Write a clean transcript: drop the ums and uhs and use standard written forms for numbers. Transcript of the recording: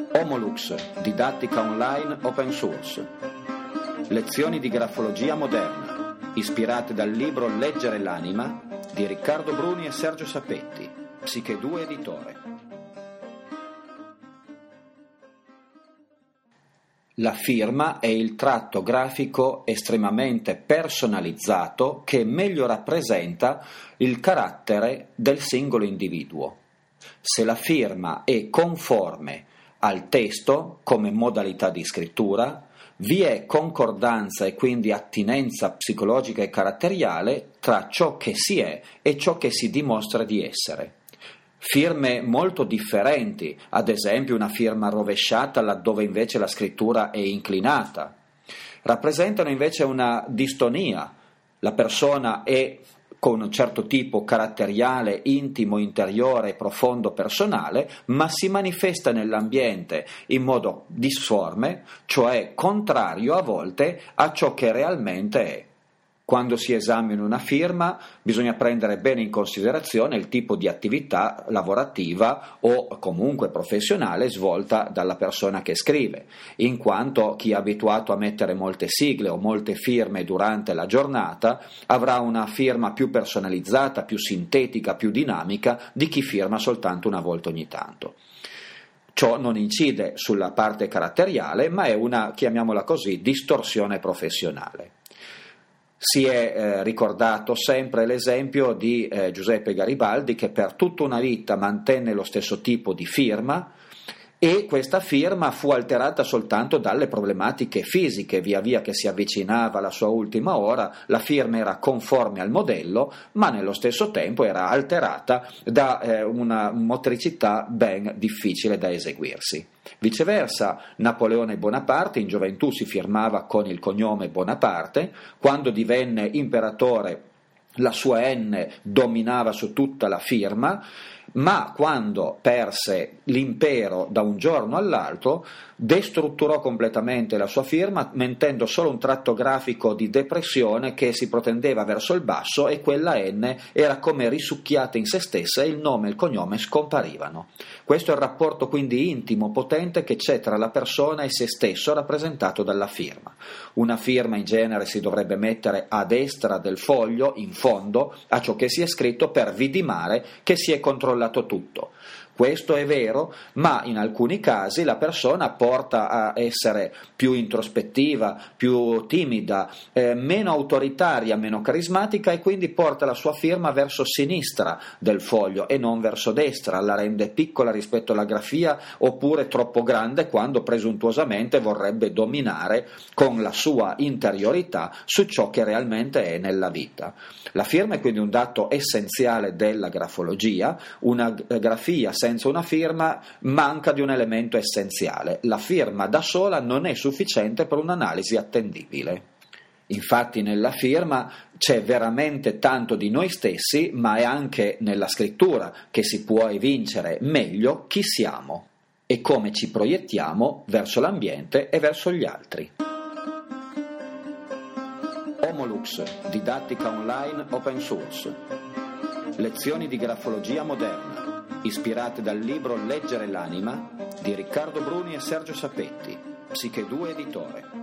Homolux, didattica online open source. Lezioni di grafologia moderna, ispirate dal libro Leggere l'anima di Riccardo Bruni e Sergio Sapetti, Psiche 2 editore. La firma è il tratto grafico estremamente personalizzato che meglio rappresenta il carattere del singolo individuo. Se la firma è conforme al testo come modalità di scrittura, vi è concordanza e quindi attinenza psicologica e caratteriale tra ciò che si è e ciò che si dimostra di essere. Firme molto differenti, ad esempio una firma rovesciata laddove invece la scrittura è inclinata, rappresentano invece una distonia. La persona è con un certo tipo caratteriale, intimo, interiore, profondo, personale, ma si manifesta nell'ambiente in modo disforme, cioè contrario a volte a ciò che realmente è. Quando si esamina una firma bisogna prendere bene in considerazione il tipo di attività lavorativa o comunque professionale svolta dalla persona che scrive, in quanto chi è abituato a mettere molte sigle o molte firme durante la giornata avrà una firma più personalizzata, più sintetica, più dinamica di chi firma soltanto una volta ogni tanto. Ciò non incide sulla parte caratteriale, ma è una, chiamiamola così, distorsione professionale. Si è ricordato sempre l'esempio di Giuseppe Garibaldi, che per tutta una vita mantenne lo stesso tipo di firma e questa firma fu alterata soltanto dalle problematiche fisiche. Via via che si avvicinava alla sua ultima ora, la firma era conforme al modello, ma nello stesso tempo era alterata da una motricità ben difficile da eseguirsi. Viceversa, Napoleone Bonaparte in gioventù si firmava con il cognome Bonaparte, quando divenne imperatore la sua N dominava su tutta la firma, ma quando perse l'impero da un giorno all'altro destrutturò completamente la sua firma, mettendo solo un tratto grafico di depressione che si protendeva verso il basso, e quella N era come risucchiata in se stessa e il nome e il cognome scomparivano. Questo è il rapporto quindi intimo, potente che c'è tra la persona e se stesso, rappresentato dalla firma. Una firma in genere si dovrebbe mettere a destra del foglio, in fondo a ciò che si è scritto, per vidimare che si è controllato tutto. Questo è vero, ma in alcuni casi la persona porta a essere più introspettiva, più timida, meno autoritaria, meno carismatica, e quindi porta la sua firma verso sinistra del foglio e non verso destra, la rende piccola rispetto alla grafia oppure troppo grande quando presuntuosamente vorrebbe dominare con la sua interiorità su ciò che realmente è nella vita. La firma è quindi un dato essenziale della grafologia. Una grafia senza una firma manca di un elemento essenziale. La firma da sola non è sufficiente per un'analisi attendibile. Infatti nella firma c'è veramente tanto di noi stessi, ma è anche nella scrittura che si può evincere meglio chi siamo e come ci proiettiamo verso l'ambiente e verso gli altri. Homolux, didattica online open source. Lezioni di grafologia moderna, ispirate dal libro Leggere l'anima di Riccardo Bruni e Sergio Sapetti, Psiche 2 editore.